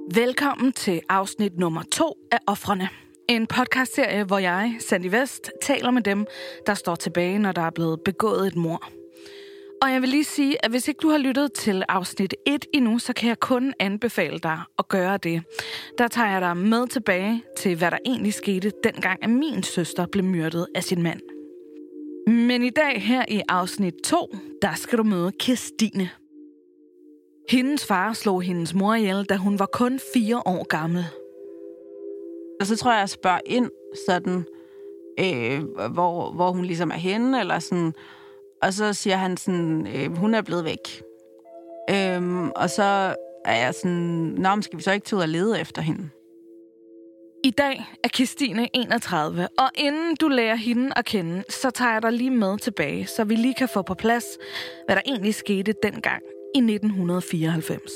Velkommen til afsnit nummer 2 af Ofrene. En podcastserie, hvor jeg, Sandy Vest, taler med dem, der står tilbage, når der er blevet begået et mord. Og jeg vil lige sige, at hvis ikke du har lyttet til afsnit 1 endnu, så kan jeg kun anbefale dig at gøre det. Der tager jeg dig med tilbage til, hvad der egentlig skete, dengang at min søster blev myrdet af sin mand. Men i dag her i afsnit 2, der skal du møde Kirstine. Hendes far slog hendes mor ihjel, da hun var kun 4 år gammel. Og så tror jeg spørger ind sådan, hvor hun ligesom er henne, eller sådan. Og så siger han sådan, hun er blevet væk. Og så er jeg sådan, nå, skal vi så ikke tage ud og lede efter hende? I dag er Kirstine 31, og inden du lærer hende at kende, så tager jeg dig lige med tilbage, så vi lige kan få på plads, hvad der egentlig skete dengang i 1994.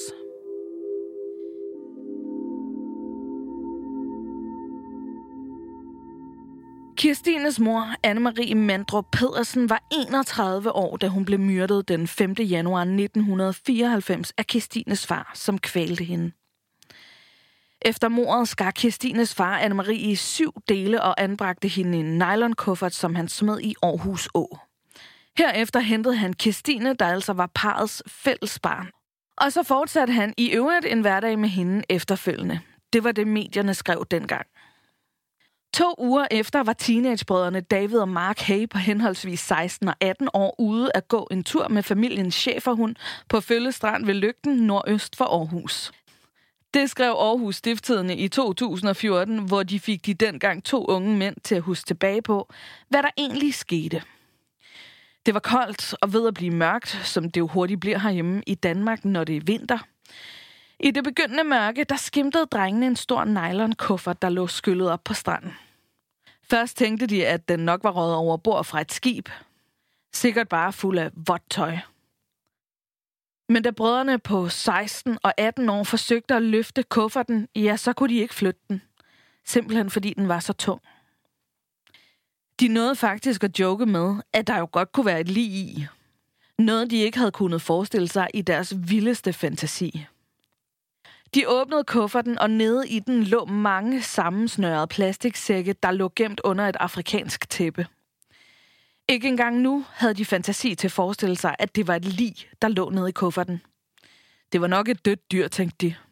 Kirstines mor, Anne-Marie Mandrup Pedersen, var 31 år, da hun blev myrdet den 5. januar 1994 af Kirstines far, som kvalte hende. Efter mordet skar Kirstines far Anne-Marie i 7 dele og anbragte hende i en nylonkuffert, som han smed i Aarhus Å. Herefter hentede han Kirstine, der altså var parrets fælles barn. Og så fortsatte han i øvrigt en hverdag med hende efterfølgende. Det var det, medierne skrev dengang. 2 uger efter var teenagebrødrene David og Mark Hay på henholdsvis 16 og 18 år ude at gå en tur med familiens schæferhund på Følle Strand ved Lygten nordøst for Aarhus. Det skrev Aarhus Stiftstidende i 2014, hvor de fik de dengang 2 unge mænd til at huske tilbage på, hvad der egentlig skete. Det var koldt og ved at blive mørkt, som det jo hurtigt bliver herhjemme i Danmark, når det er vinter. I det begyndende mørke, der skimtede drengene en stor nylonkuffert, der lå skyllet op på stranden. Først tænkte de, at den nok var røget over bord fra et skib. Sikkert bare fuld af vådt tøj. Men da brødrene på 16 og 18 år forsøgte at løfte kufferten, ja, så kunne de ikke flytte den. Simpelthen fordi den var så tung. De nåede faktisk at joke med, at der jo godt kunne være et lig i. Noget, de ikke havde kunnet forestille sig i deres vildeste fantasi. De åbnede kufferten, og nede i den lå mange sammensnørrede plastiksække, der lå gemt under et afrikansk tæppe. Ikke engang nu havde de fantasi til at forestille sig, at det var et lig, der lå nede i kufferten. Det var nok et dødt dyr, tænkte de.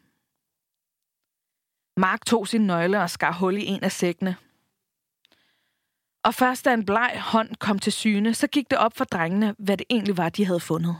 Mark tog sin nøgle og skar hul i en af sækkene. Og først da en bleg hånd kom til syne, så gik det op for drengene, hvad det egentlig var, de havde fundet.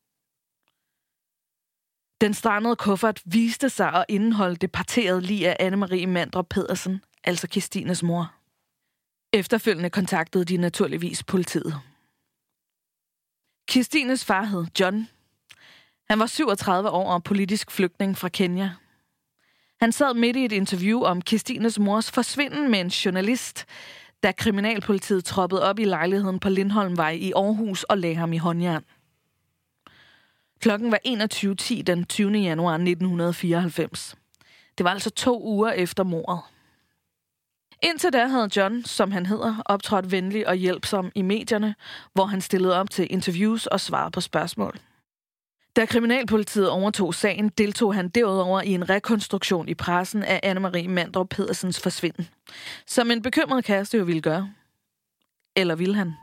Den strandede kuffert viste sig at indeholde det parterede lig af Anne-Marie Mandrup Pedersen, altså Kirstines mor. Efterfølgende kontaktede de naturligvis politiet. Kirstines far hed John. Han var 37 år og politisk flygtning fra Kenya. Han sad midt i et interview om Kirstines mors forsvinden med en journalist, da kriminalpolitiet troppede op i lejligheden på Lindholmvej i Aarhus og lagde ham i håndjern. Klokken var 21:10 den 20. januar 1994. Det var altså 2 uger efter mordet. Indtil da havde John, som han hedder, optrådt venlig og hjælpsom i medierne, hvor han stillede op til interviews og svarede på spørgsmål. Da kriminalpolitiet overtog sagen, deltog han derudover i en rekonstruktion i pressen af Anne-Marie Mandrup Pedersens forsvinden, som en bekymret kæreste jo ville gøre. Eller ville han?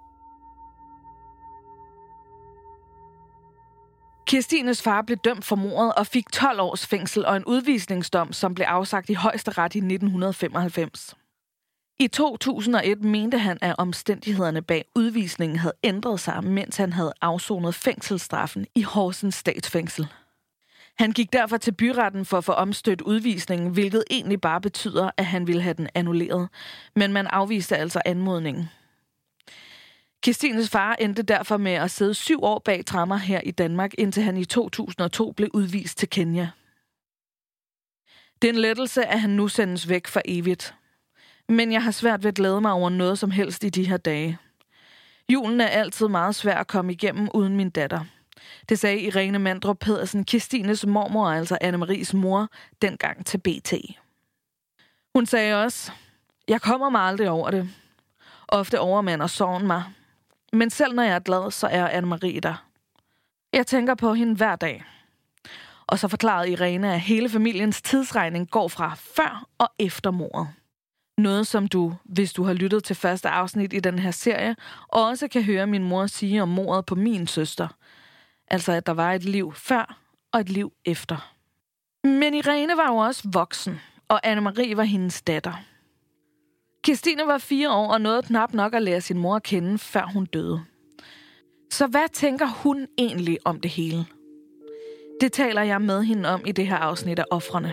Kirstines far blev dømt for mordet og fik 12 års fængsel og en udvisningsdom, som blev afsagt i Højesteret i 1995. I 2001 mente han, at omstændighederne bag udvisningen havde ændret sig, mens han havde afsonet fængselsstraffen i Horsens Statsfængsel. Han gik derfor til byretten for at få omstødt udvisningen, hvilket egentlig bare betyder, at han ville have den annulleret. Men man afviste altså anmodningen. Kirstines far endte derfor med at sidde 7 år bag tremmer her i Danmark, indtil han i 2002 blev udvist til Kenya. Det er en lettelse, at han nu sendes væk for evigt. Men jeg har svært ved at glæde mig over noget som helst i de her dage. Julen er altid meget svær at komme igennem uden min datter. Det sagde Irene Mandrup Pedersen, Kirstines mormor, altså Anne-Maries mor, dengang til BT. Hun sagde også, jeg kommer mig aldrig over det. Ofte overmander sorgen mig. Men selv når jeg er glad, så er Anne-Marie der. Jeg tænker på hende hver dag. Og så forklarede Irene, at hele familiens tidsregning går fra før og efter mordet. Noget, som du, hvis du har lyttet til første afsnit i den her serie, også kan høre min mor sige om mordet på min søster. Altså, at der var et liv før og et liv efter. Men Irene var jo også voksen, og Anne-Marie var hendes datter. Kirstine var 4 år og nåede knap nok at lære sin mor at kende, før hun døde. Så hvad tænker hun egentlig om det hele? Det taler jeg med hende om i det her afsnit af Ofrene.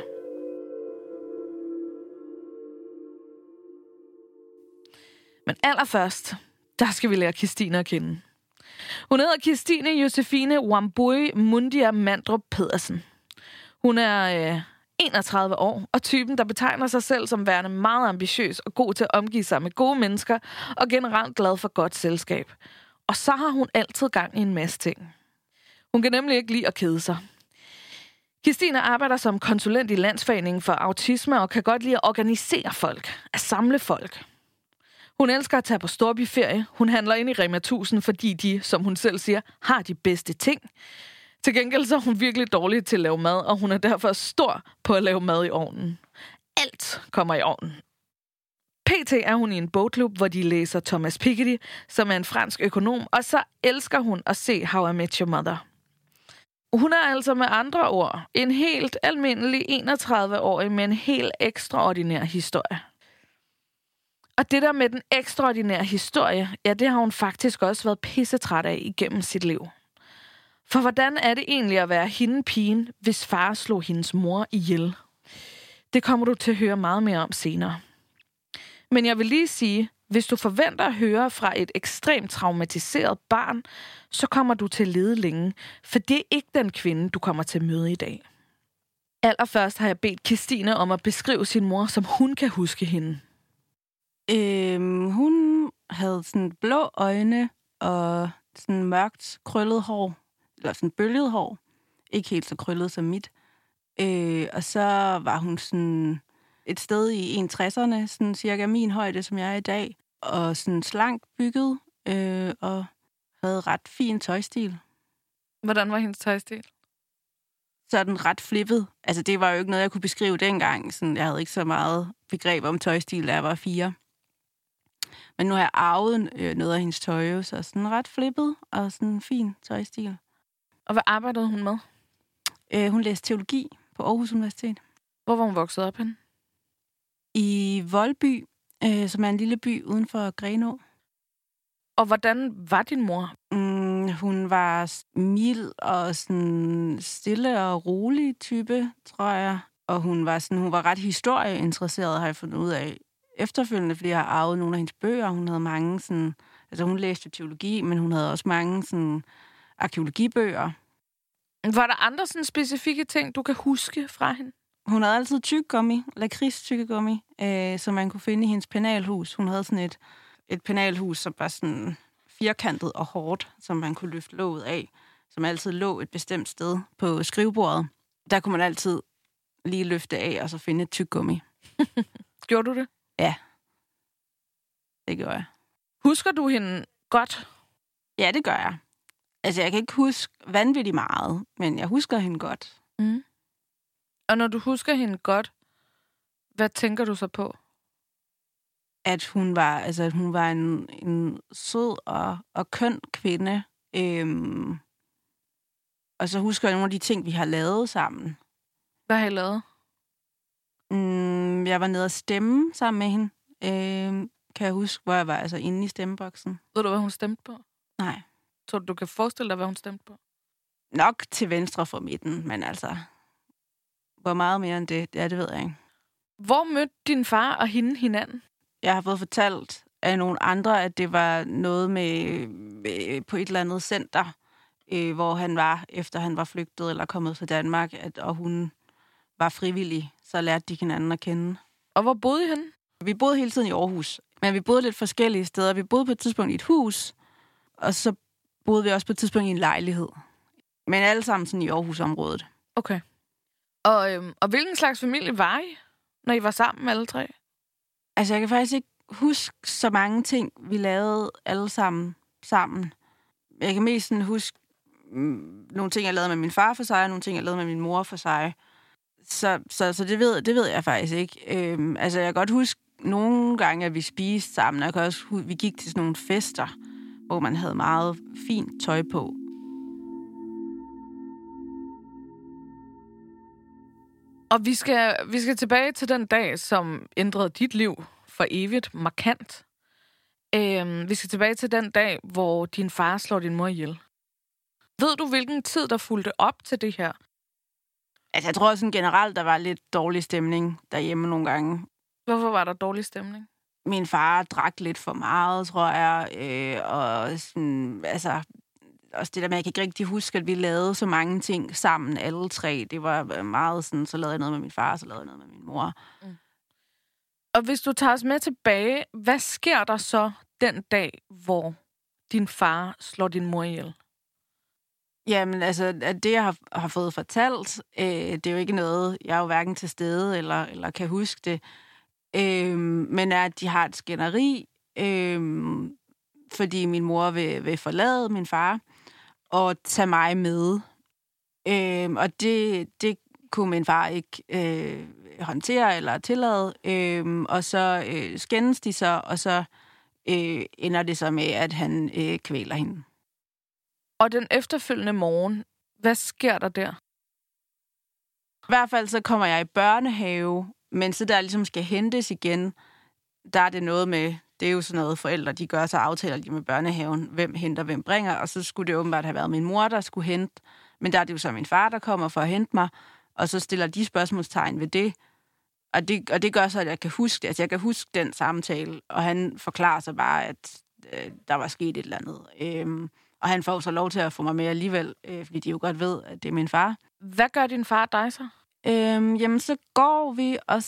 Men allerførst, der skal vi lære Kirstine at kende. Hun hedder Kirstine Josefine Wambui Mundia Mandrup Pedersen. Hun er 31 år, og typen, der betegner sig selv som værende meget ambitiøs og god til at omgive sig med gode mennesker, og generelt glad for godt selskab. Og så har hun altid gang i en masse ting. Hun kan nemlig ikke lide at kede sig. Kirstine arbejder som konsulent i Landsforeningen for Autisme, og kan godt lide at organisere folk, at samle folk. Hun elsker at tage på storbyferie. Hun handler ind i Rema 1000, fordi de, som hun selv siger, har de bedste ting. Til gengæld så er hun virkelig dårlig til at lave mad, og hun er derfor stor på at lave mad i ovnen. Alt kommer i ovnen. PT er hun i en bogklub, hvor de læser Thomas Piketty, som er en fransk økonom, og så elsker hun at se How I Met Your Mother. Hun er altså med andre ord en helt almindelig 31-årig med en helt ekstraordinær historie. Og det der med den ekstraordinære historie, ja, det har hun faktisk også været pissetræt af igennem sit liv. For hvordan er det egentlig at være hende pigen, hvis far slog hendes mor ihjel? Det kommer du til at høre meget mere om senere. Men jeg vil lige sige, hvis du forventer at høre fra et ekstremt traumatiseret barn, så kommer du til at lede længe, for det er ikke den kvinde, du kommer til at møde i dag. Allerførst har jeg bedt Kirstine om at beskrive sin mor, som hun kan huske hende. Hun havde sådan blå øjne og sådan mørkt krøllet hår, eller sådan bølget hår. Ikke helt så krøllet som mit. Og så var hun sådan et sted i 61'erne, sådan cirka min højde, som jeg er i dag. Og sådan slankt bygget, og havde ret fin tøjstil. Hvordan var hendes tøjstil? Sådan ret flippet. Altså, det var jo ikke noget, jeg kunne beskrive dengang. Sådan, jeg havde ikke så meget begreb om tøjstil, da jeg var 4. Men nu har jeg arvet noget af hendes tøj, så sådan ret flippet og sådan fin tøjstil. Og hvad arbejdede hun med? Hun læste teologi på Aarhus Universitet. Hvor var hun vokset op henne? I Voldby, som er en lille by uden for Grenaa. Og hvordan var din mor? Hun var mild og sådan stille og rolig type, tror jeg. Og hun var ret historieinteresseret, har jeg fundet ud af efterfølgende, fordi jeg har arvet nogle af hendes bøger. Hun havde mange sådan, altså hun læste teologi, men hun havde også mange sådan arkæologibøger. Var der andre sådan specifikke ting, du kan huske fra hende? Hun havde altid tyggegummi, lakridstyggegummi, som man kunne finde i hendes penalhus. Hun havde sådan et penalhus, som var sådan firkantet og hårdt, som man kunne løfte låget af, som altid lå et bestemt sted på skrivebordet. Der kunne man altid lige løfte af og så finde et tyggegummi. Gjorde du det? Ja, det gjorde jeg. Husker du hende godt? Ja, det gør jeg. Altså, jeg kan ikke huske vanvittigt meget, men jeg husker hende godt. Mm. Og når du husker hende godt, hvad tænker du så på? At hun var en sød og køn kvinde. Og så husker jeg nogle af de ting, vi har lavet sammen. Hvad har I lavet? Jeg var nede og stemme sammen med hende. Kan jeg huske, hvor jeg var inde i stemmeboksen. Ved du, hvad hun stemte på? Nej. Tror du kan forestille dig, hvad hun stemte på? Nok til venstre for midten, men altså, hvor meget mere end det, det ved jeg ikke. Hvor mødte din far og hende hinanden? Jeg har fået fortalt af nogle andre, at det var noget med på et eller andet center, hvor han var, efter han var flygtet eller kommet fra Danmark, og hun var frivillig, så lærte de hinanden at kende. Og hvor boede I henne? Vi boede hele tiden i Aarhus, men vi boede lidt forskellige steder. Vi boede på et tidspunkt i et hus, og så boede vi også på et tidspunkt i en lejlighed. Men alle sammen sådan i Aarhus-området. Okay. Og hvilken slags familie var I, når I var sammen alle tre? Altså, jeg kan faktisk ikke huske så mange ting, vi lavede alle sammen. Jeg kan mest sådan huske nogle ting, jeg lavede med min far for sig, og nogle ting, jeg lavede med min mor for sig. Så det ved jeg faktisk ikke. Altså, jeg kan godt huske nogle gange, at vi spiste sammen. Jeg kan også vi gik til sådan nogle fester, hvor man havde meget fint tøj på. Og vi skal tilbage til den dag, som ændrede dit liv for evigt markant. Vi skal tilbage til den dag, hvor din far slår din mor ihjel. Ved du, hvilken tid, der fulgte op til det her? Altså, jeg tror sådan generelt, der var lidt dårlig stemning derhjemme nogle gange. Hvorfor var der dårlig stemning? Min far drak lidt for meget, tror jeg. Og sådan, altså, også det der med, at jeg kan ikke rigtig huske, at vi lavede så mange ting sammen, alle tre. Det var meget sådan, så lavede jeg noget med min far, så lavede jeg noget med min mor. Mm. Og hvis du tager os med tilbage, hvad sker der så den dag, hvor din far slår din mor ihjel? Jamen, altså, at det, jeg har fået fortalt, det er jo ikke noget, jeg er jo hverken til stede eller kan huske det. Men at de har et skænderi, fordi min mor vil forlade min far og tage mig med. Og det kunne min far ikke håndtere eller tillade. Og så skændes de så, og så ender det så med, at han kvæler hende. Og den efterfølgende morgen, hvad sker der der? I hvert fald så kommer jeg i børnehave, men så der ligesom skal hentes igen, der er det noget med, det er jo sådan noget forældre, de gør, så aftaler de med børnehaven, hvem henter, hvem bringer, og så skulle det åbenbart have været min mor, der skulle hente, men der er det jo så min far, der kommer for at hente mig, og så stiller de spørgsmålstegn ved det, og det gør så, at jeg kan huske det. Altså jeg kan huske den samtale, og han forklarer så bare, at der var sket et eller andet. Og han får så lov til at få mig med alligevel, fordi de jo godt ved, at det er min far. Hvad gør din far dig så? Jamen, så går vi, og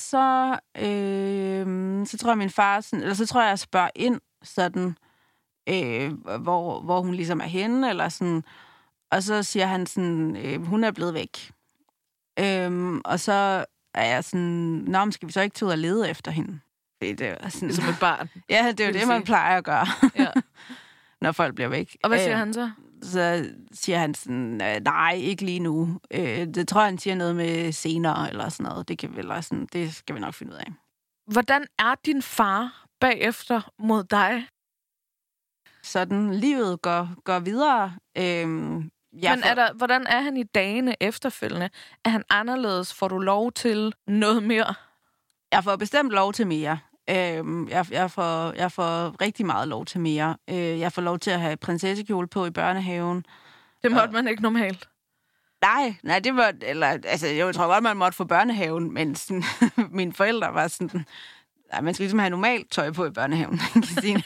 så tror jeg, min far sådan, eller så tror jeg spørger ind sådan, hvor hun ligesom er henne, eller sådan, og så siger han sådan, hun er blevet væk. Og så er jeg sådan, nå, men skal vi så ikke tage ud og lede efter hende? Det er sådan, som et barn. Ja, det er jo det, man plejer at gøre. Ja. Når folk bliver væk. Og hvad siger han så? Så siger han sådan, nej, ikke lige nu. Det tror jeg, han siger noget med senere, eller sådan noget. Det skal vi nok finde ud af. Hvordan er din far bagefter mod dig? Sådan, livet går videre. Hvordan er han i dagene efterfølgende? Er han anderledes? Får du lov til noget mere? Jeg får bestemt lov til mere. Jeg får rigtig meget lov til mere. Jeg får lov til at have prinsessekjole på i børnehaven. Det måtte man ikke normalt? Nej, det var... jeg tror godt, man måtte få børnehaven, men sådan, mine forældre var sådan... Nej, man skal ligesom have normalt tøj på i børnehaven, kan sige.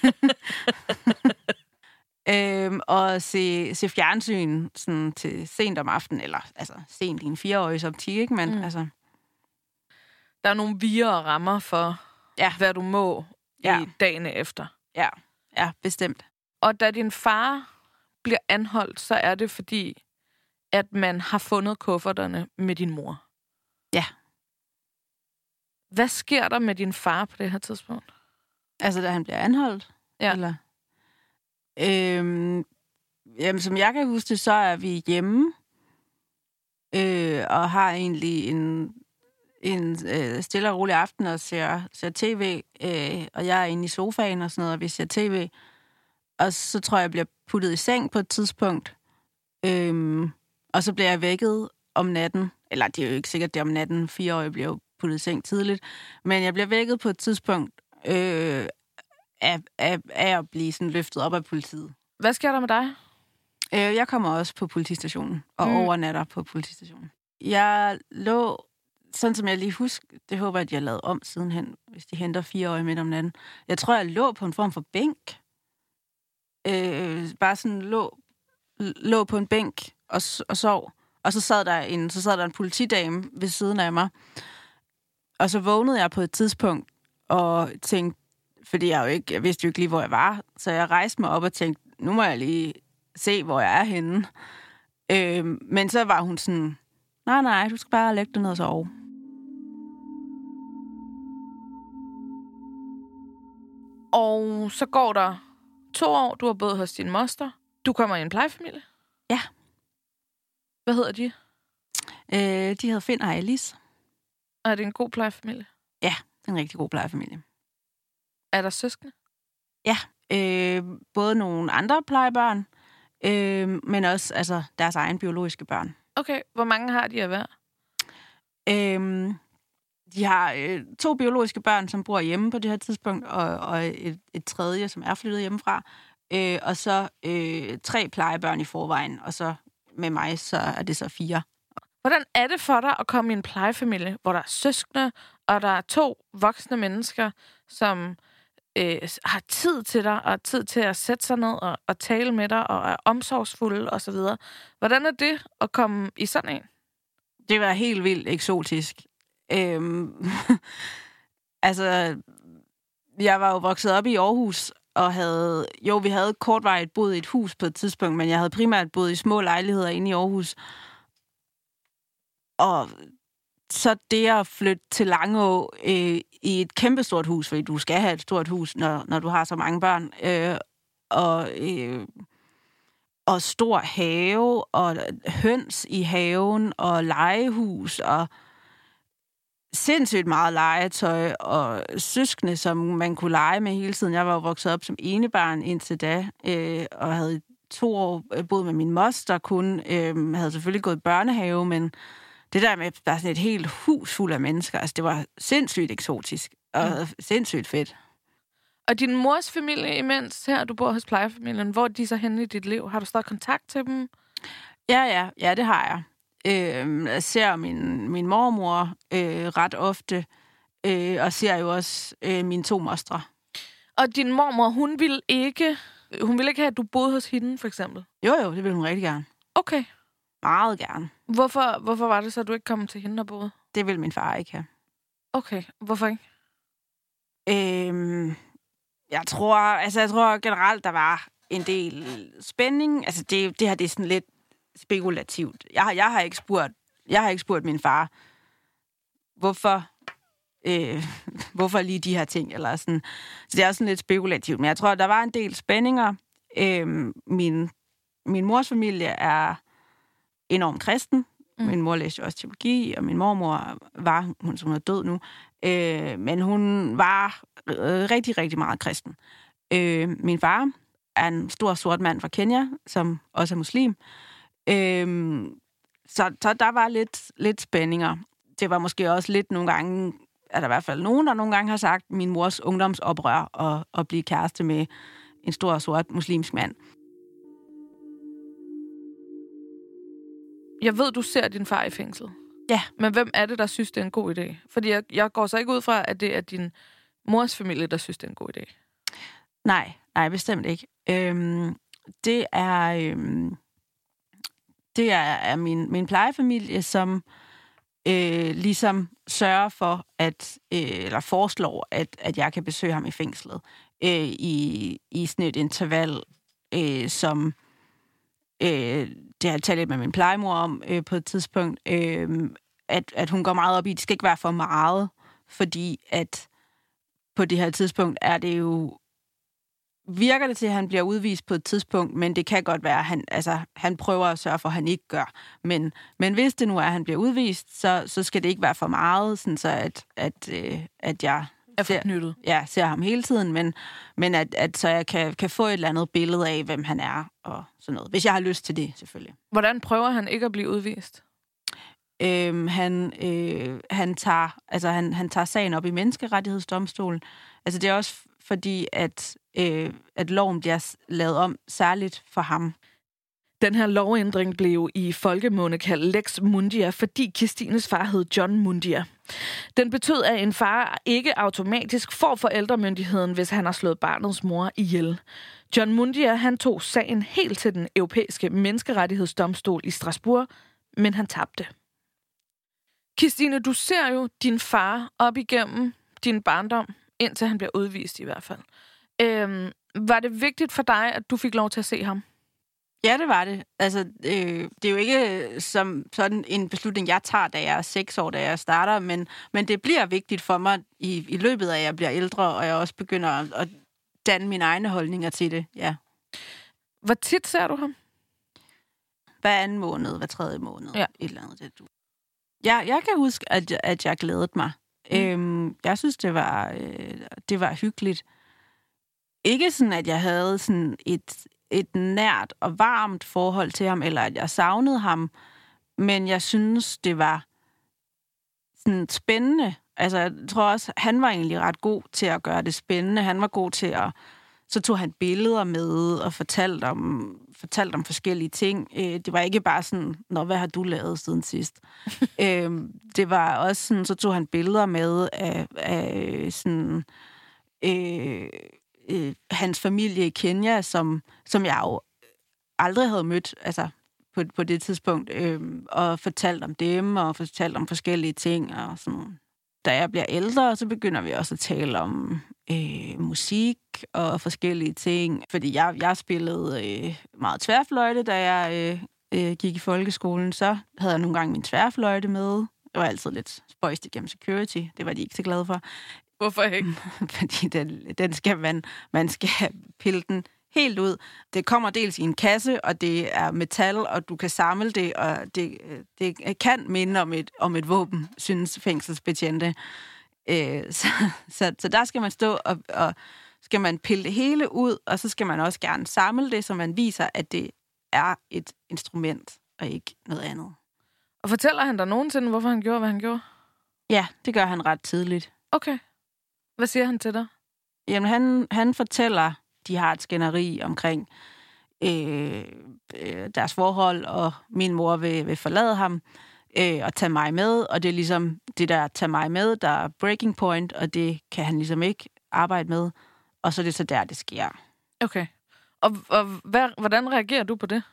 Og se fjernsyn sådan, til sent om aftenen, eller altså sent i en 4-årig optik, ikke? Men altså... Der er nogle videre rammer for... Ja. Hvad du må i dagene efter. Ja, bestemt. Og da din far bliver anholdt, så er det fordi, at man har fundet kufferterne med din mor. Ja. Hvad sker der med din far på det her tidspunkt? Altså, da han bliver anholdt? Ja. Eller? Jamen, som jeg kan huske det, så er vi hjemme og har egentlig en stille og rolig aften og ser tv, og jeg er inde i sofaen og sådan noget, og vi ser tv. Og så tror jeg bliver puttet i seng på et tidspunkt. Og så bliver jeg vækket om natten. Eller det er jo ikke sikkert, det er om natten. 4-årige bliver jo puttet i seng tidligt. Men jeg bliver vækket på et tidspunkt af at blive sådan løftet op af politiet. Hvad sker der med dig? Jeg kommer også på politistationen og overnatter på politistationen. Jeg lå... Sådan som jeg lige husker, det håber jeg, at de har lavet om sidenhen, hvis de henter 4-årige midt om natten. Jeg tror, jeg lå på en form for bænk. Bare sådan lå på en bænk og sov. Og så sad der en politidame ved siden af mig. Og så vågnede jeg på et tidspunkt og tænkte, fordi jeg vidste jo ikke lige, hvor jeg var. Så jeg rejste mig op og tænkte, nu må jeg lige se, hvor jeg er henne. Men så var hun sådan, nej, du skal bare lægge dig ned og sove. Og så går der 2 år, du har boet hos din moster. Du kommer i en plejefamilie? Ja. Hvad hedder de? De hedder Finn og Alice. Er det en god plejefamilie? Ja, en rigtig god plejefamilie. Er der søskende? Ja, både nogle andre plejebørn, men også altså, deres egen biologiske børn. Okay, hvor mange har de af hver? De har 2 biologiske børn, som bor hjemme på det her tidspunkt, og et tredje, som er flyttet hjemmefra. Og så 3 plejebørn i forvejen, og så med mig, så er det så 4. Hvordan er det for dig at komme i en plejefamilie, hvor der er søskende, og der er 2 voksne mennesker, som har tid til dig, og tid til at sætte sig ned og tale med dig, og er omsorgsfulde osv.? Hvordan er det at komme i sådan en? Det var helt vildt eksotisk. Altså, jeg var jo vokset op i Aarhus, og vi havde kortvarigt boet i et hus på et tidspunkt, men jeg havde primært boet i små lejligheder inde i Aarhus. Og så det at flytte til Langå i et kæmpestort hus, fordi du skal have et stort hus, når du har så mange børn, og stor have, og høns i haven, og legehus, og sindssygt meget legetøj, og søskende, som man kunne lege med hele tiden. Jeg var jo vokset op som enebarn indtil da, og havde 2 år boet med min moster kun, havde selvfølgelig gået i børnehave, men det der med, at der er sådan et helt hus fuld af mennesker, altså det var sindssygt eksotisk, og sindssygt fedt. Og din mors familie imens her, du bor hos plejefamilien, hvor er de så henne i dit liv? Har du stadig kontakt til dem? Ja, det har jeg. Jeg ser min mormor ret ofte, og ser jo også mine 2 mostre. Og din mormor, hun ville ikke have, at du boede hos hende, for eksempel? Jo, det ville hun rigtig gerne. Okay. Meget gerne. Hvorfor var det så, at du ikke kom til hende og boede? Det ville min far ikke have. Okay, hvorfor ikke? Jeg tror generelt, der var en del spænding. Altså, det her det er sådan lidt spekulativt. Jeg har ikke spurgt min far, hvorfor lige de her ting, eller sådan. Så det er sådan lidt spekulativt. Men jeg tror, der var en del spændinger. Min mors familie er enormt kristen. Min mor læste jo også teologi, og min mormor hun er død nu, men hun var rigtig, rigtig meget kristen. Min far er en stor sort mand fra Kenya, som også er muslim. Så der var lidt spændinger. Det var måske også lidt nogle gange, er der i hvert fald nogen, der nogle gange har sagt, min mors ungdomsoprør og blive kæreste med en stor sort muslimsk mand. Jeg ved, du ser din far i fængsel. Ja. Men hvem er det, der synes, det er en god idé? Fordi jeg går så ikke ud fra, at det er din mors familie, der synes, det er en god idé. Nej, bestemt ikke. Det er min plejefamilie, som ligesom sørger for, eller foreslår, at jeg kan besøge ham i fængslet i sådan et interval, som det har jeg talt lidt med min plejemor om på et tidspunkt, at hun går meget op i, det skal ikke være for meget, fordi at på det her tidspunkt er det jo, virker det til, at han bliver udvist på et tidspunkt, men det kan godt være, at han prøver at sørge for, at han ikke gør. Men hvis det nu er, at han bliver udvist, så skal det ikke være for meget, sådan så at jeg ser ham hele tiden, men at så jeg kan få et eller andet billede af, hvem han er og sådan noget. Hvis jeg har lyst til det, selvfølgelig. Hvordan prøver han ikke at blive udvist? Han tager sagen op i Menneskerettighedsdomstolen. Altså det er også fordi, at loven bliver lavet om særligt for ham. Den her lovændring blev i folkemunde kaldt Lex Mundia, fordi Kirstines far hed John Mundia. Den betød, at en far ikke automatisk får forældremyndigheden, hvis han har slået barnets mor ihjel. John Mundia, han tog sagen helt til den europæiske menneskerettighedsdomstol i Strasbourg, men han tabte. Kirstine, du ser jo din far op igennem din barndom, indtil han bliver udvist i hvert fald. Var det vigtigt for dig, at du fik lov til at se ham? Ja, det var det. Altså, det er jo ikke som sådan en beslutning, jeg tager, da jeg er 6 år, da jeg starter, men det bliver vigtigt for mig i løbet af, at jeg bliver ældre, og jeg også begynder at danne mine egne holdninger til det, ja. Hvor tit ser du ham? hver anden måned, hver tredje måned. Ja. Et eller andet. Det, du. Ja, jeg kan huske, at jeg glædede mig. Jeg synes, det var hyggeligt. Ikke sådan, at jeg havde sådan et nært og varmt forhold til ham, eller at jeg savnede ham, men jeg synes, det var sådan spændende. Altså, jeg tror også, han var egentlig ret god til at gøre det spændende. Han var god til at... Så tog han billeder med og fortalte om forskellige ting. Det var ikke bare sådan, hvad har du lavet siden sidst? Det var også sådan, så tog han billeder med af sådan... hans familie i Kenya, som jeg jo aldrig havde mødt, altså på det tidspunkt, og fortalt om dem, og fortalt om forskellige ting, og sådan. Da jeg bliver ældre, så begynder vi også at tale om musik og forskellige ting, fordi jeg spillede meget tværfløjte, da jeg gik i folkeskolen, så havde jeg nogle gange min tværfløjte med. Det var altid lidt spøjst igennem security, det var de ikke så glade for. Hvorfor ikke? Fordi den skal man skal pille den helt ud. Det kommer dels i en kasse, og det er metal, og du kan samle det, og det kan minde om et våben, synes fængselsbetjente. Så der skal man stå, og skal man pille det hele ud, og så skal man også gerne samle det, så man viser, at det er et instrument, og ikke noget andet. Og fortæller han dig nogensinde, hvorfor han gjorde, hvad han gjorde? Ja, det gør han ret tidligt. Okay. Hvad siger han til dig? Jamen, han fortæller, de har et skænderi omkring deres forhold, og min mor vil forlade ham og tage mig med, og det er ligesom det der tage mig med, der er breaking point, og det kan han ligesom ikke arbejde med, og så er det så der, det sker. Okay. Og hvordan reagerer du på det?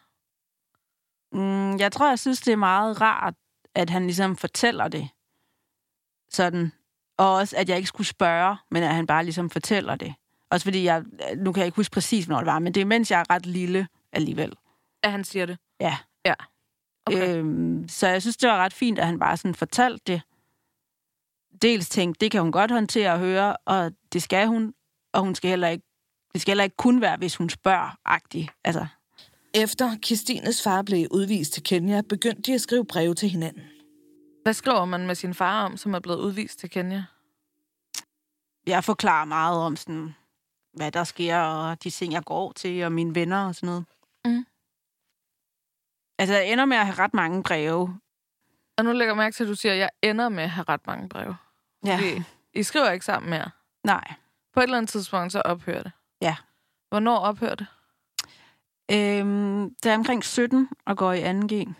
Jeg synes, det er meget rart, at han ligesom fortæller det sådan. Og også, at jeg ikke skulle spørge, men at han bare ligesom fortæller det. Også fordi nu kan jeg ikke huske præcis, hvornår det var, men det er, mens jeg er ret lille alligevel. At han siger det? Ja. Ja. Okay. Så jeg synes, det var ret fint, at han bare sådan fortalte det. Dels tænkte, det kan hun godt håndtere og høre, og det skal hun. Og hun skal det skal heller ikke kun være, hvis hun spørger-agtigt. Altså. Efter Kristines far blev udvist til Kenya, begyndte de at skrive breve til hinanden. Hvad skriver man med sin far om, som er blevet udvist til Kenya? Jeg forklarer meget om, sådan, hvad der sker, og de ting, jeg går til, og mine venner og sådan noget. Mm. Altså, jeg ender med at have ret mange breve. Og nu lægger jeg mærke til, at du siger, at jeg ender med at have ret mange breve. Ja. Fordi I skriver ikke sammen mere? Nej. På et eller andet tidspunkt, så ophører det? Ja. Hvornår ophører det? Det er omkring 17 og går i 2G.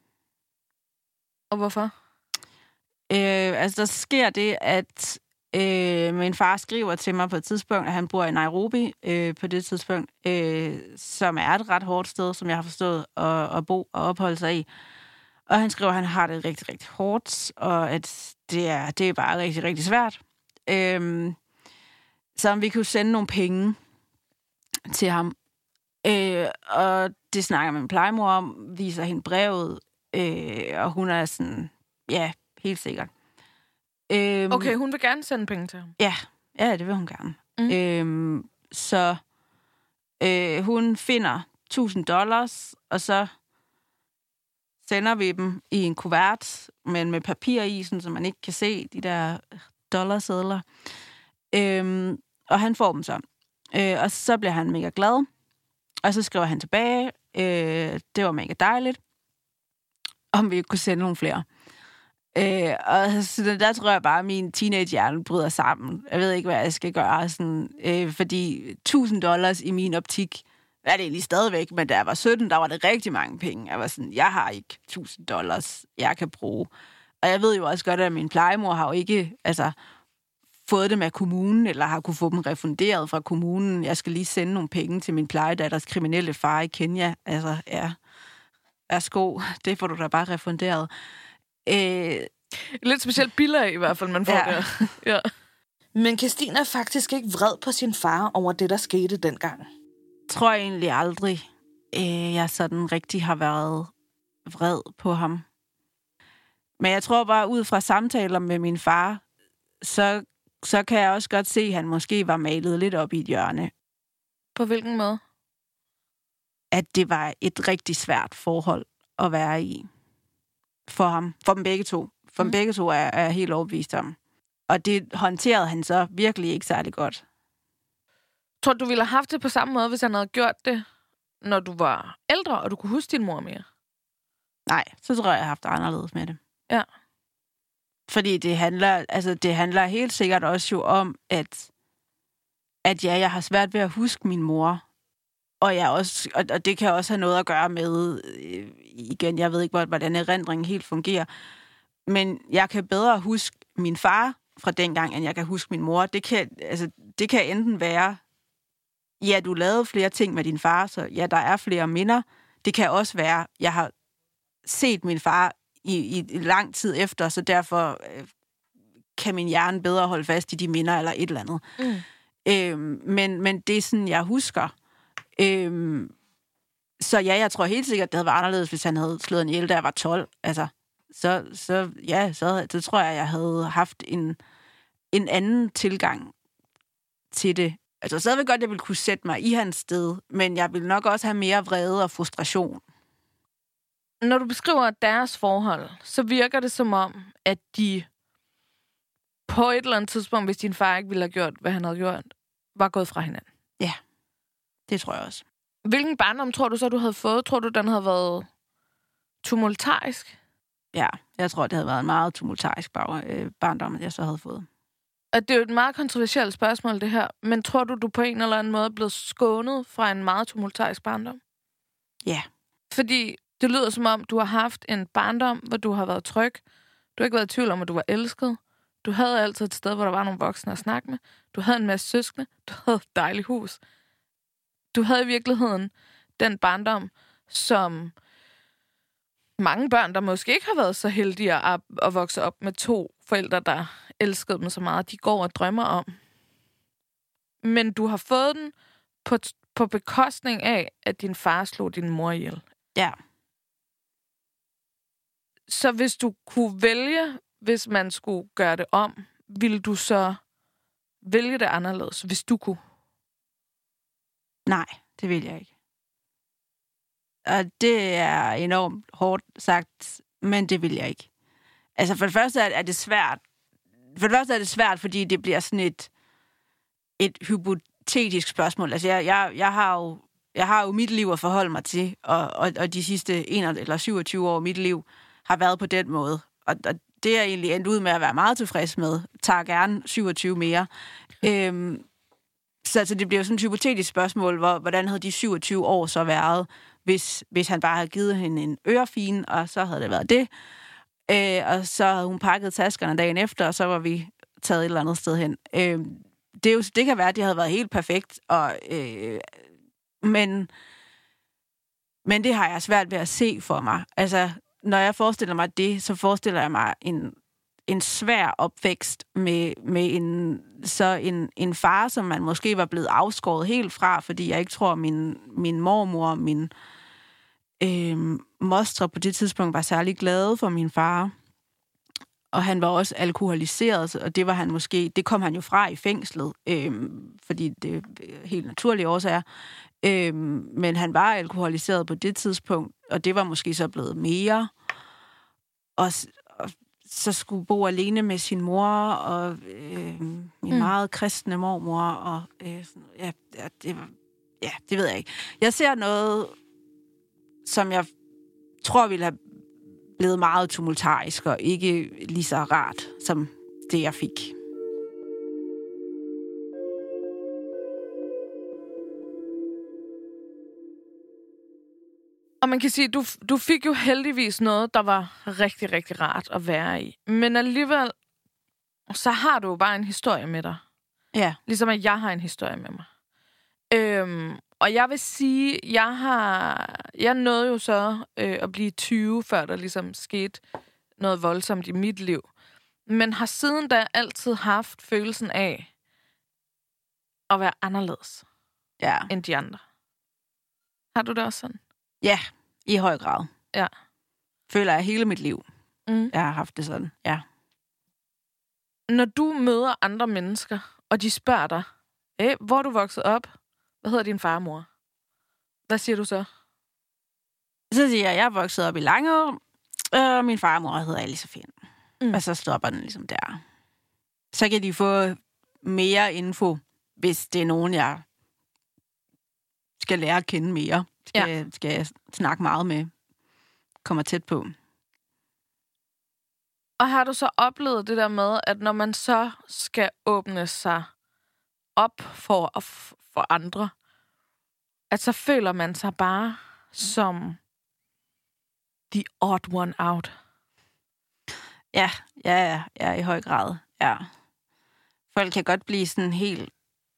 Og hvorfor? Der sker det, at min far skriver til mig på et tidspunkt, at han bor i Nairobi på det tidspunkt, som er et ret hårdt sted, som jeg har forstået, at bo og opholde sig i. Og han skriver, at han har det rigtig, rigtig hårdt, og at det er bare rigtig, rigtig svært. Så om vi kunne sende nogle penge til ham. Og det snakker min plejemor om, viser hende brevet, og hun er sådan, ja, helt sikkert. Okay, hun vil gerne sende penge til ham? Ja, det vil hun gerne. Så hun finder $1,000, og så sender vi dem i en kuvert, men med papir i, så man ikke kan se de der dollarsedler. Og han får dem så. Og så bliver han mega glad. Og så skriver han tilbage, det var mega dejligt, om vi kunne sende nogle flere. Og så der tror jeg bare, at min teenagehjerne bryder sammen. Jeg ved ikke, hvad jeg skal gøre. Sådan, fordi $1,000 i min optik, er det egentlig stadigvæk, men da jeg var 17, der var det rigtig mange penge. Jeg var sådan, jeg har ikke $1,000, jeg kan bruge. Og jeg ved jo også godt, at min plejemor har jo ikke fået dem af kommunen, eller har kunne få dem refunderet fra kommunen. Jeg skal lige sende nogle penge til min plejedatters kriminelle far i Kenya. Altså, ja, værsgo, det får du da bare refunderet. Lidt specielt bilag i hvert fald, man får der. Ja. Men Kristine er faktisk ikke vred på sin far over det, der skete dengang. Tror jeg egentlig aldrig, jeg sådan rigtig har været vred på ham. Men jeg tror bare, ud fra samtaler med min far, så kan jeg også godt se, at han måske var malet lidt op i et hjørne. På hvilken måde? At det var et rigtig svært forhold. at være i. For ham. For dem begge to. For dem begge to er jeg helt overbevist om. Og det håndterede han så virkelig ikke særlig godt. Tror du ville have haft det på samme måde, hvis han havde gjort det, når du var ældre, og du kunne huske din mor mere? Nej, så tror jeg har haft det anderledes med det. Ja. Fordi det handler helt sikkert også jo om, at jeg har svært ved at huske min mor. Og det kan også have noget at gøre med, igen, jeg ved ikke, hvordan erindringen helt fungerer, men jeg kan bedre huske min far fra dengang, end jeg kan huske min mor. Det kan enten være, ja, du lavede flere ting med din far, så ja, der er flere minder. Det kan også være, jeg har set min far i lang tid efter, så derfor kan min hjerne bedre holde fast i de minder eller et eller andet. Men det er sådan, jeg husker. Så ja, jeg tror helt sikkert, det havde været anderledes, hvis han havde slået en ihjel, da jeg var 12. Altså, så tror jeg havde haft en anden tilgang til det. Altså, så ved godt, jeg ville kunne sætte mig i hans sted, men jeg ville nok også have mere vrede og frustration. Når du beskriver deres forhold, så virker det som om, at de på et eller andet tidspunkt, hvis din far ikke ville have gjort, hvad han havde gjort, var gået fra hinanden. Ja, det tror jeg også. Hvilken barndom tror du så, du havde fået? Tror du, den havde været tumultarisk? Ja, jeg tror, det havde været en meget tumultarisk barndom, jeg så havde fået. Og det er jo et meget kontroversielt spørgsmål, det her. Men tror du på en eller anden måde er blevet skånet fra en meget tumultarisk barndom? Ja. Fordi det lyder som om, du har haft en barndom, hvor du har været tryg. Du har ikke været i tvivl om, at du var elsket. Du havde altid et sted, hvor der var nogle voksne at snakke med. Du havde en masse søskende. Du havde et dejligt hus. Du havde i virkeligheden den barndom, som mange børn, der måske ikke har været så heldige at vokse op med 2 forældre, der elskede dem så meget, de går og drømmer om. Men du har fået den på bekostning af, at din far slog din mor ihjel. Ja. Så hvis du kunne vælge, hvis man skulle gøre det om, ville du så vælge det anderledes, hvis du kunne? Nej, det vil jeg ikke. Og det er enormt hårdt sagt, men det vil jeg ikke. Altså for det første er det svært. For det første er det svært, fordi det bliver sådan et hypotetisk spørgsmål. Altså jeg har jo mit liv at forholde mig til, og de sidste 21 eller 27 år af mit liv har været på den måde. Og det er jeg egentlig endt ud med at være meget tilfreds med. Tager gerne 27 mere. Så det bliver jo sådan et hypotetisk spørgsmål, hvordan havde de 27 år så været, hvis han bare havde givet hende en ørefin, og så havde det været det. Og så havde hun pakket taskerne dagen efter, og så var vi taget et eller andet sted hen. Det kan være, at det havde været helt perfekt, men det har jeg svært ved at se for mig. Altså, når jeg forestiller mig det, så forestiller jeg mig en svær opvækst med en far, som man måske var blevet afskåret helt fra, fordi jeg ikke tror, min mormor og min mostre på det tidspunkt var særlig glade for min far. Og han var også alkoholiseret, og det var han måske, det kom han jo fra i fængslet, fordi det er helt naturlige årsager. Men han var alkoholiseret på det tidspunkt, og det var måske så blevet mere. Og så skulle bo alene med sin mor og min meget kristne mormor. Og det ved jeg ikke. Jeg ser noget, som jeg tror ville have blevet meget tumultarisk og ikke lige så rart som det, jeg fik. Og man kan sige, du fik jo heldigvis noget, der var rigtig, rigtig rart at være i. Men alligevel, så har du jo bare en historie med dig. Ja. Ligesom at jeg har en historie med mig. Og jeg vil sige, jeg nåede jo så at blive 20, før der ligesom skete noget voldsomt i mit liv. Men har siden da altid haft følelsen af at være anderledes end de andre. Har du det også sådan? Ja, i høj grad. Ja. Føler jeg hele mit liv. Jeg har haft det sådan, ja. Når du møder andre mennesker, og de spørger dig, hvor er du vokset op? Hvad hedder din far og mor? Hvad siger du så? Så siger jeg er vokset op i Langå, og min far og mor hedder Alice og Finn. Og så stopper den ligesom der. Så kan de få mere info, hvis det er nogen, jeg skal lære at kende mere. Skal jeg snakke meget med. Kommer tæt på. Og har du så oplevet det der med, at når man så skal åbne sig op for andre, at så føler man sig bare som the odd one out? Ja, i høj grad. Ja. Folk kan godt blive sådan helt...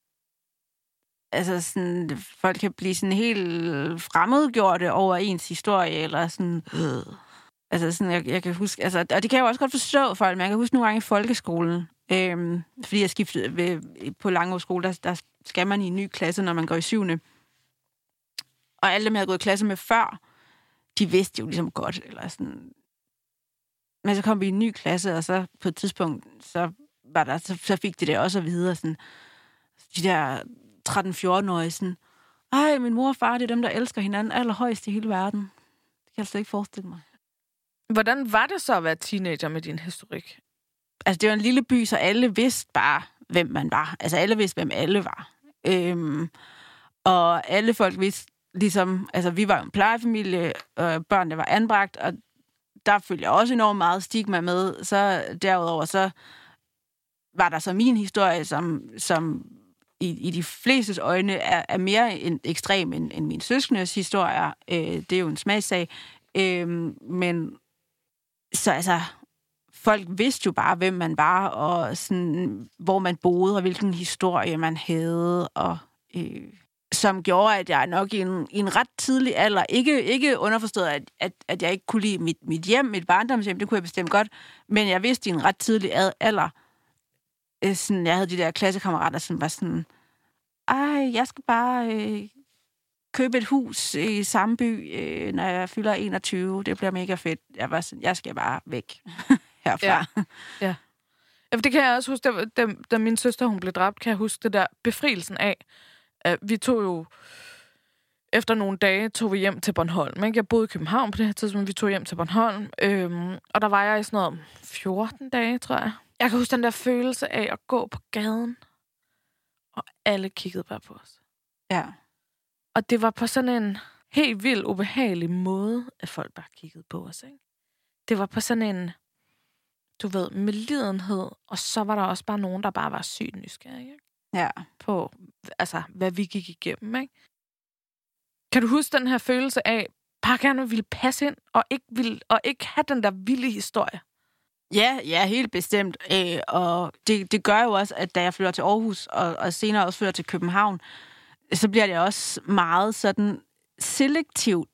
Altså sådan... Folk kan blive sådan helt fremmedgjorte over ens historie, eller sådan... Altså sådan, jeg kan huske... Altså, og det kan jeg jo også godt forstå, folk, men jeg kan huske nogle gange i folkeskolen, fordi jeg skiftede på Langå skole, der skal man i en ny klasse, når man går i 7. Og alle dem, jeg havde gået i klasse med før, de vidste jo ligesom godt, eller sådan... Men så kom vi i en ny klasse, og så på et tidspunkt, så fik de det også at vide, sådan, de der 13-14-årige, sådan, ej, min mor og far, det er dem, der elsker hinanden allerhøjst i hele verden. Det kan jeg slet ikke forestille mig. Hvordan var det så at være teenager med din historik? Altså, det var en lille by, så alle vidste bare, hvem man var. Altså, alle vidste, hvem alle var. Og alle folk vidste, ligesom, altså, vi var en plejefamilie, og børnene var anbragt, og der følte jeg også enormt meget stigma med. Så derudover, så var der så min historie, som i de flestes øjne er mere ekstrem end min søskendes historier. Det er jo en smagssag. Men så altså, folk vidste jo bare, hvem man var, og sådan, hvor man boede, og hvilken historie man havde, og som gjorde, at jeg nok i en ret tidlig alder, ikke underforstået, at jeg ikke kunne lide mit hjem, mit barndomshjem, det kunne jeg bestemt godt, men jeg vidste i en ret tidlig alder, sådan, jeg havde de der klassekammerater, som var sådan, ej, jeg skal bare købe et hus i samme by, når jeg fylder 21, det bliver mega fedt. Jeg var sådan, jeg skal bare væk herfra. Ja. Det kan jeg også huske, da min søster hun blev dræbt, kan jeg huske det der befrielsen af. Vi tog jo, efter nogle dage, tog vi hjem til Bornholm. Ikke? Jeg boede i København på det her tidspunkt, vi tog hjem til Bornholm. Og der var jeg i sådan noget 14 dage, tror jeg. Jeg kan huske den der følelse af at gå på gaden, og alle kiggede bare på os. Ja. Og det var på sådan en helt vild, ubehagelig måde, at folk bare kiggede på os. Ikke? Det var på sådan en, du ved, medlidenhed, og så var der også bare nogen, der bare var sygt nysgerrige. Ikke? Ja. På, altså, hvad vi gik igennem, ikke? Kan du huske den her følelse af, bare gerne ville passe ind, og ikke have den der vilde historie? Ja, helt bestemt. Og det gør jo også, at da jeg flytter til Aarhus, og senere også flytter til København, så bliver det også meget sådan selektivt,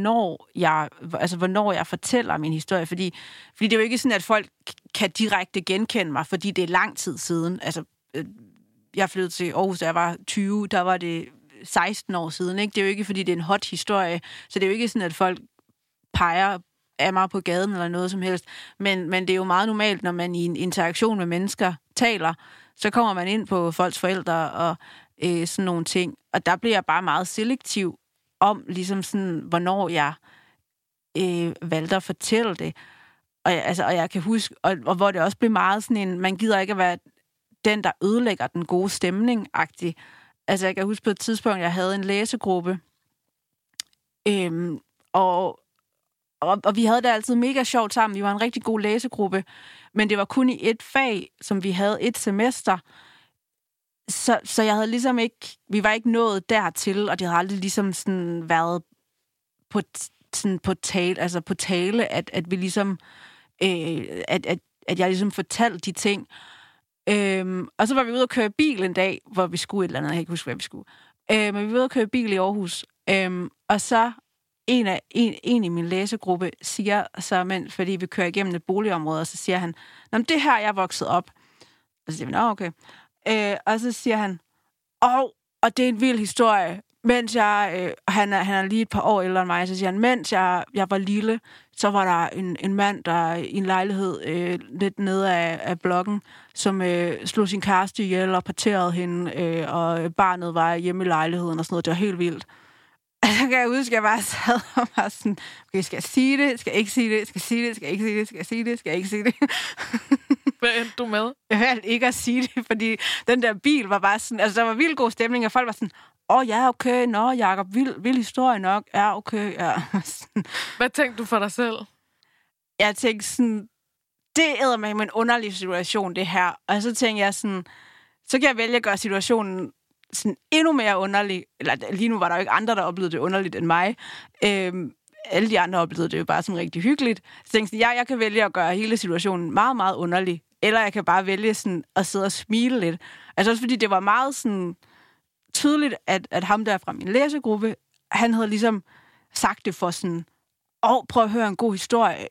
hvornår jeg fortæller min historie. Fordi det er jo ikke sådan, at folk kan direkte genkende mig, fordi det er lang tid siden. Altså, jeg flyttede til Aarhus, da jeg var 20, der var det 16 år siden. Ikke? Det er jo ikke, fordi det er en hot historie, så det er jo ikke sådan, at folk peger af mig på gaden eller noget som helst. Men det er jo meget normalt, når man i en interaktion med mennesker taler, så kommer man ind på folks forældre og sådan nogle ting. Og der bliver jeg bare meget selektiv om, ligesom sådan, hvornår jeg valgte at fortælle det. Og jeg kan huske, og hvor det også blev meget sådan en, man gider ikke at være den, der ødelægger den gode stemning-agtig. Altså, jeg kan huske på et tidspunkt, jeg havde en læsegruppe, og vi havde det altid mega sjovt sammen. Vi var en rigtig god læsegruppe, men det var kun i et fag, som vi havde et semester. Så jeg havde ligesom ikke, vi var ikke nået dertil, og det havde aldrig ligesom sådan været på tale, at vi ligesom, at jeg ligesom fortalte de ting. Og så var vi ude at køre bil en dag, hvor vi skulle et eller andet, jeg kan ikke huske, hvad vi skulle. Men vi var ude at køre bil i Aarhus, og så en i min læsegruppe siger så, fordi vi kører igennem et boligområde, og så siger han, nå, det her jeg er vokset op. Og så siger vi, nå, okay. Og så siger han, og det er en vild historie, mens han er lige et par år ældre end mig, så siger han, mens jeg var lille, så var der en mand, der i en lejlighed lidt nede af blokken, som slog sin kæreste ihjel og parterede hende, og barnet var hjemme i lejligheden og sådan noget. Det var helt vildt. Så kan jeg huske, at jeg bare sad og var sådan, okay, skal jeg sige det? Skal jeg ikke sige det? Skal jeg sige det? Skal jeg ikke sige det? Skal jeg sige det? Skal jeg ikke sige det? Hvad endte du med? Jeg valgte ikke at sige det, fordi den der bil var bare sådan, altså der var vildt god stemning, og folk var sådan, ja, okay, nå, Jacob, vild historie nok, ja, okay, ja. Hvad tænkte du for dig selv? Jeg tænkte sådan, det æder mig med en underlig situation, det her. Og så tænkte jeg sådan, så kan jeg vælge at gøre situationen sådan endnu mere underlig. Eller lige nu var der jo ikke andre, der oplevede det underligt end mig. Alle de andre oplevede det jo bare som rigtig hyggeligt. Så tænkte jeg, jeg kan vælge at gøre hele situationen meget, meget underlig. Eller jeg kan bare vælge sådan at sidde og smile lidt. Altså også fordi det var meget sådan tydeligt, at ham der fra min læsegruppe, han havde ligesom sagt det for sådan, prøv at høre en god historie.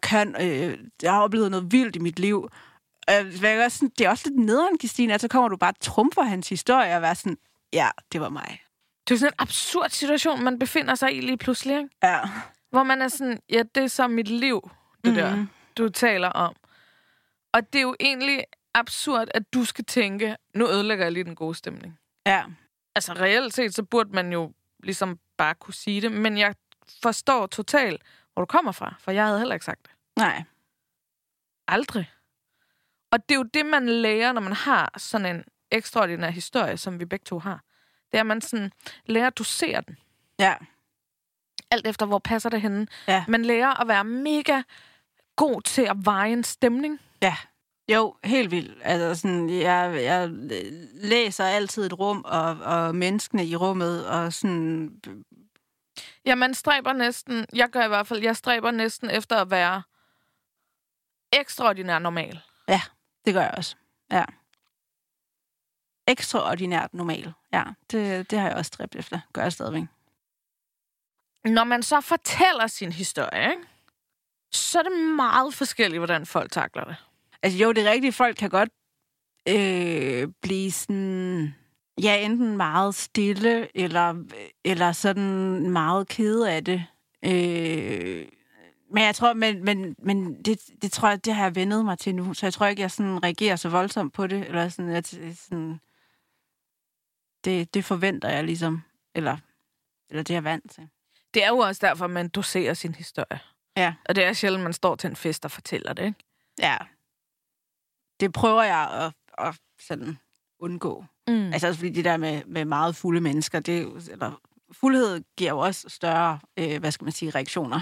Jeg har oplevet noget vildt i mit liv. Det er også lidt nederen, Christine, at så kommer du bare trumfer hans historie og være sådan, ja, det var mig. Det er sådan en absurd situation, man befinder sig i lige pludselig, ikke? Ja. Hvor man er sådan, ja, det er så mit liv, det der, du taler om. Og det er jo egentlig absurd, at du skal tænke, nu ødelægger jeg lige den gode stemning. Ja. Altså reelt set, så burde man jo ligesom bare kunne sige det, men jeg forstår totalt, hvor du kommer fra, for jeg havde heller ikke sagt det. Nej. Aldrig. Og det er jo det, man lærer, når man har sådan en ekstraordinær historie, som vi begge to har. Det er, at man sådan lærer at dosere den. Ja. Alt efter, hvor passer det henne. Ja. Man lærer at være mega god til at veje en stemning. Ja. Jo, helt vildt. Altså sådan, jeg læser altid et rum, og menneskene i rummet, og sådan... Ja, man stræber næsten... Jeg gør i hvert fald... Jeg stræber næsten efter at være ekstraordinær normal. Ja, det gør jeg også. Ja. Ekstraordinært normal. Ja, det har jeg også stræbt efter. Gør jeg stadigvæk. Når man så fortæller sin historie, ikke? Så er det meget forskelligt, hvordan folk takler det. Altså jo, det er rigtigt. Folk kan godt blive sådan... Ja, enten meget stille, eller sådan meget kede af det. Men jeg tror, men det tror jeg, det har jeg vendet mig til nu. Så jeg tror ikke, jeg sådan reagerer så voldsomt på det. Eller sådan, at sådan, det forventer jeg ligesom. Eller det er jeg vant til. Det er jo også derfor, man doserer sin historie. Ja. Og det er sjældent, man står til en fest og fortæller det, ikke? Ja. Det prøver jeg at sådan undgå. Altså også fordi det der med meget fulde mennesker, eller fuldhed giver jo også større, reaktioner.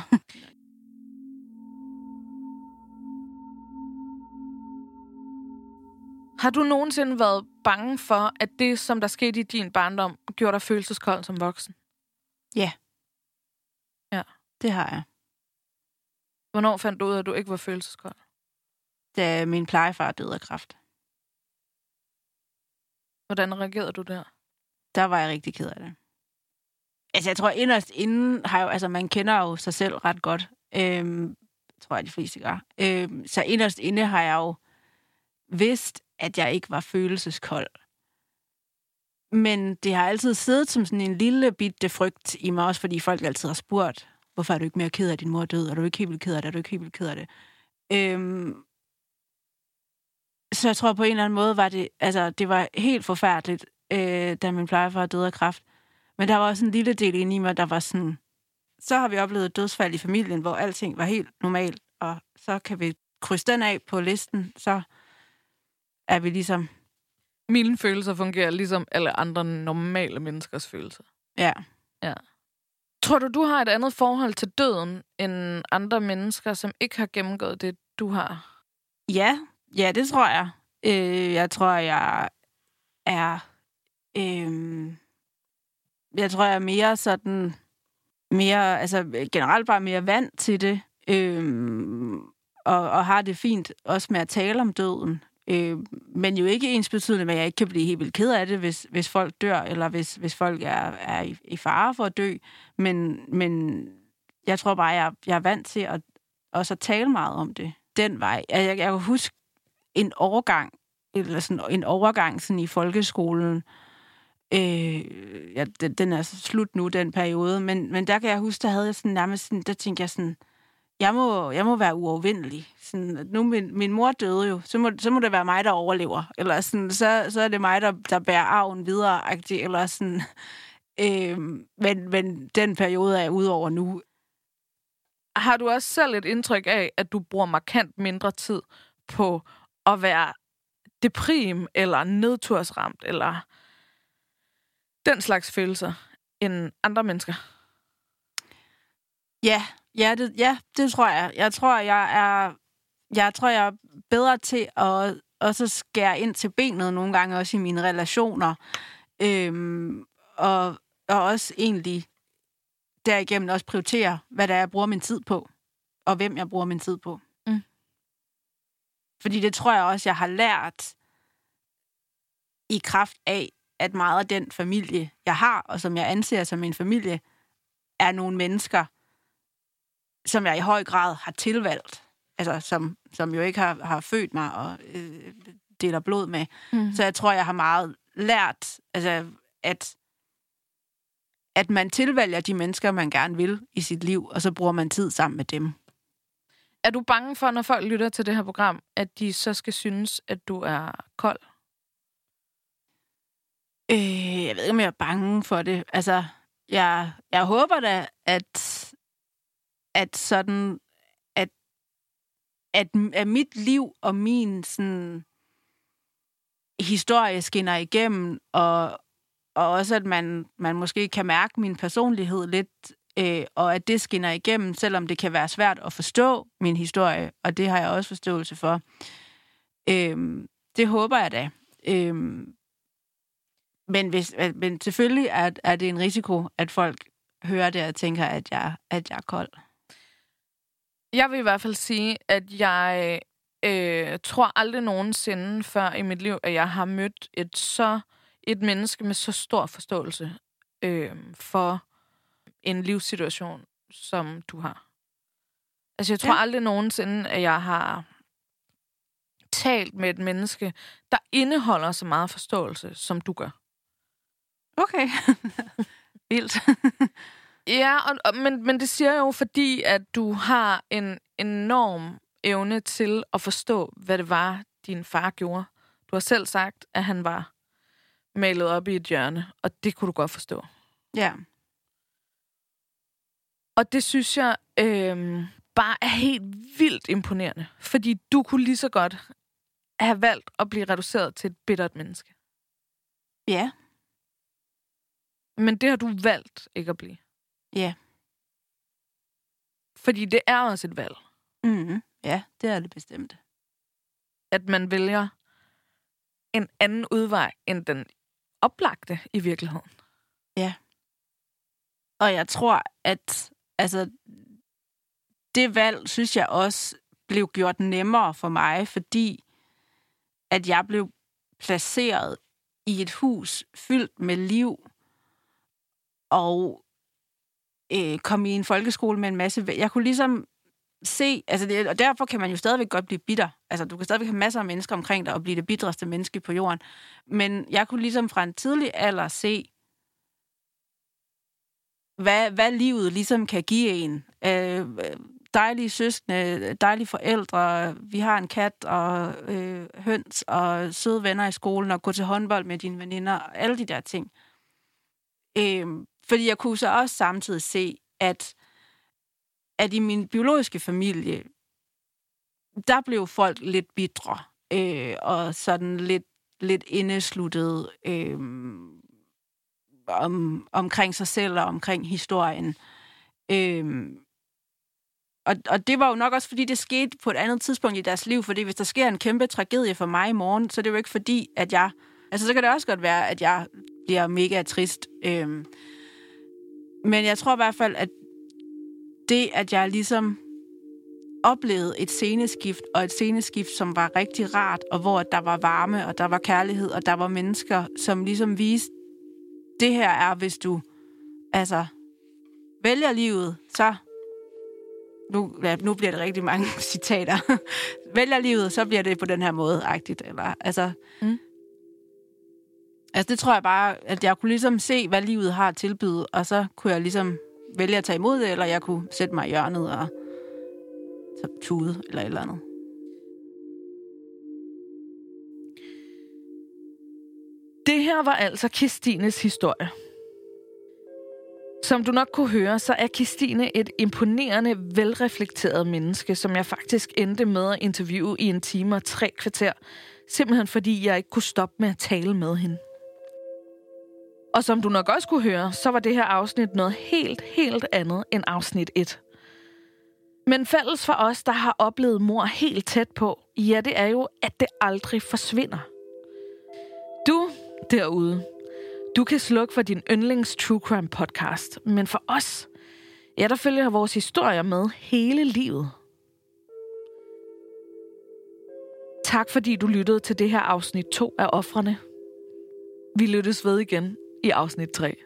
Har du nogensinde været bange for, at det, som der skete i din barndom, gjorde dig følelseskold som voksen? Ja. Ja. Det har jeg. Hvornår fandt du ud af, at du ikke var følelseskold? Da min plejefar døde af kræft. Hvordan reagerede du der? Der var jeg rigtig ked af det. Altså, jeg tror inderst inden har jo... Altså, man kender jo sig selv ret godt. Tror jeg, de fleste gør. Så inderst inde har jeg jo vidst, at jeg ikke var følelseskold. Men det har altid siddet som sådan en lille bitte frygt i mig, også fordi folk altid har spurgt, hvorfor er du ikke mere ked af, at din mor er død? Er du ikke helt vildt ked af det? Er du ikke helt vildt ked af det? Så jeg tror på en eller anden måde, det var helt forfærdeligt, da min plejefar døde af kræft. Men der var også en lille del inde i mig, der var sådan, så har vi oplevet et dødsfald i familien, hvor alting var helt normalt, og så kan vi krydse den af på listen, så er vi ligesom... Mine følelser fungerer ligesom alle andre normale menneskers følelser. Ja. Ja. Tror du har et andet forhold til døden, end andre mennesker, som ikke har gennemgået det, du har? Ja, det tror jeg. Jeg tror, jeg er... jeg tror, jeg er mere sådan... generelt bare mere vant til det. Og har det fint også med at tale om døden. Men jo ikke ensbetydende med, at jeg ikke kan blive helt vildt ked af det, hvis folk dør, eller hvis folk er i fare for at dø. Men jeg tror bare, jeg er vant til også at tale meget om det. Den vej. Jeg kan huske en overgang sådan i folkeskolen. Den er slut nu, den periode. Men der kan jeg huske, der havde jeg sådan nærmest sådan, der tænkte jeg sådan, jeg må være uovervindelig. Sådan, nu min mor døde jo, så må det være mig, der overlever. Eller sådan, så er det mig, der bærer arven videre. Eller sådan, Men den periode er ude over nu. Har du også selv et indtryk af, at du bruger markant mindre tid på at være deprim eller nedtursramt eller den slags følelser end andre mennesker? Det tror jeg. Jeg tror, jeg er bedre til at også skære ind til benet nogle gange, også i mine relationer. Og også egentlig derigennem også prioritere, hvad det er, jeg bruger min tid på, og hvem jeg bruger min tid på. Mm. Fordi det tror jeg også, jeg har lært i kraft af, at meget af den familie, jeg har, og som jeg anser som min familie, er nogle mennesker, som jeg i høj grad har tilvalgt. Altså, som jo ikke har født mig og deler blod med. Mm. Så jeg tror, jeg har meget lært, altså, at man tilvælger de mennesker, man gerne vil i sit liv, og så bruger man tid sammen med dem. Er du bange for, når folk lytter til det her program, at de så skal synes, at du er kold? Jeg ved ikke, om jeg er bange for det. Altså, jeg håber da, at sådan, at mit liv og min sådan historie skinner igennem, og også, at man måske kan mærke min personlighed lidt, og at det skinner igennem, selvom det kan være svært at forstå min historie, og det har jeg også forståelse for. Det håber jeg da. Men selvfølgelig er det en risiko, at folk hører det og tænker, at jeg er kold. Jeg vil i hvert fald sige, at jeg tror aldrig nogensinde før i mit liv, at jeg har mødt et menneske med så stor forståelse for en livssituation, som du har. Altså, jeg tror aldrig nogensinde, at jeg har talt med et menneske, der indeholder så meget forståelse, som du gør. Okay. Vildt. Ja, men det siger jeg jo, fordi at du har en enorm evne til at forstå, hvad det var, din far gjorde. Du har selv sagt, at han var malet op i et hjørne, og det kunne du godt forstå. Ja. Og det synes jeg bare er helt vildt imponerende, fordi du kunne lige så godt have valgt at blive reduceret til et bittert menneske. Ja. Men det har du valgt ikke at blive. Ja. Fordi det er også et valg. Mm-hmm. Ja, det er det bestemt. At man vælger en anden udvej end den oplagte i virkeligheden. Ja. Og jeg tror, at det valg, synes jeg også, blev gjort nemmere for mig, fordi at jeg blev placeret i et hus fyldt med liv, og kom i en folkeskole med en masse... Jeg kunne ligesom se... Altså og derfor kan man jo stadigvæk godt blive bitter. Altså, du kan stadigvæk have masser af mennesker omkring dig og blive det bitreste menneske på jorden. Men jeg kunne ligesom fra en tidlig alder se, hvad livet ligesom kan give en. Dejlige søskende, dejlige forældre, vi har en kat og høns og søde venner i skolen og gå til håndbold med dine veninder og alle de der ting. Fordi jeg kunne så også samtidig se, at i min biologiske familie, der blev folk lidt bitre og sådan lidt indesluttet omkring sig selv og omkring historien. Og det var jo nok også, fordi det skete på et andet tidspunkt i deres liv, fordi hvis der sker en kæmpe tragedie for mig i morgen, så er det jo ikke fordi, at jeg... Altså, så kan det også godt være, at jeg bliver mega trist. Men jeg tror i hvert fald, at det, at jeg ligesom oplevede et sceneskift, og et sceneskift, som var rigtig rart, og hvor der var varme, og der var kærlighed, og der var mennesker, som ligesom viste, det her er, hvis du vælger livet, så... Nu bliver det rigtig mange citater. Vælger livet, så bliver det på den her måde-agtigt. Eller, altså det tror jeg bare, at jeg kunne ligesom se, hvad livet har at tilbyde, og så kunne jeg ligesom vælge at tage imod det, eller jeg kunne sætte mig i hjørnet og så tude, eller et eller andet. Det her var altså Kirstines historie. Som du nok kunne høre, så er Kirstine et imponerende, velreflekteret menneske, som jeg faktisk endte med at interviewe i 1 time og 3 kvarter, simpelthen fordi jeg ikke kunne stoppe med at tale med hende. Og som du nok også kunne høre, så var det her afsnit noget helt andet end afsnit 1. Men fælles for os, der har oplevet mor helt tæt på, ja, det er jo, at det aldrig forsvinder. Du derude, du kan slukke for din yndlings True Crime podcast, men for os, ja, der følger vores historier med hele livet. Tak fordi du lyttede til det her afsnit 2 af Ofrene. Vi lyttes ved igen i afsnit 3.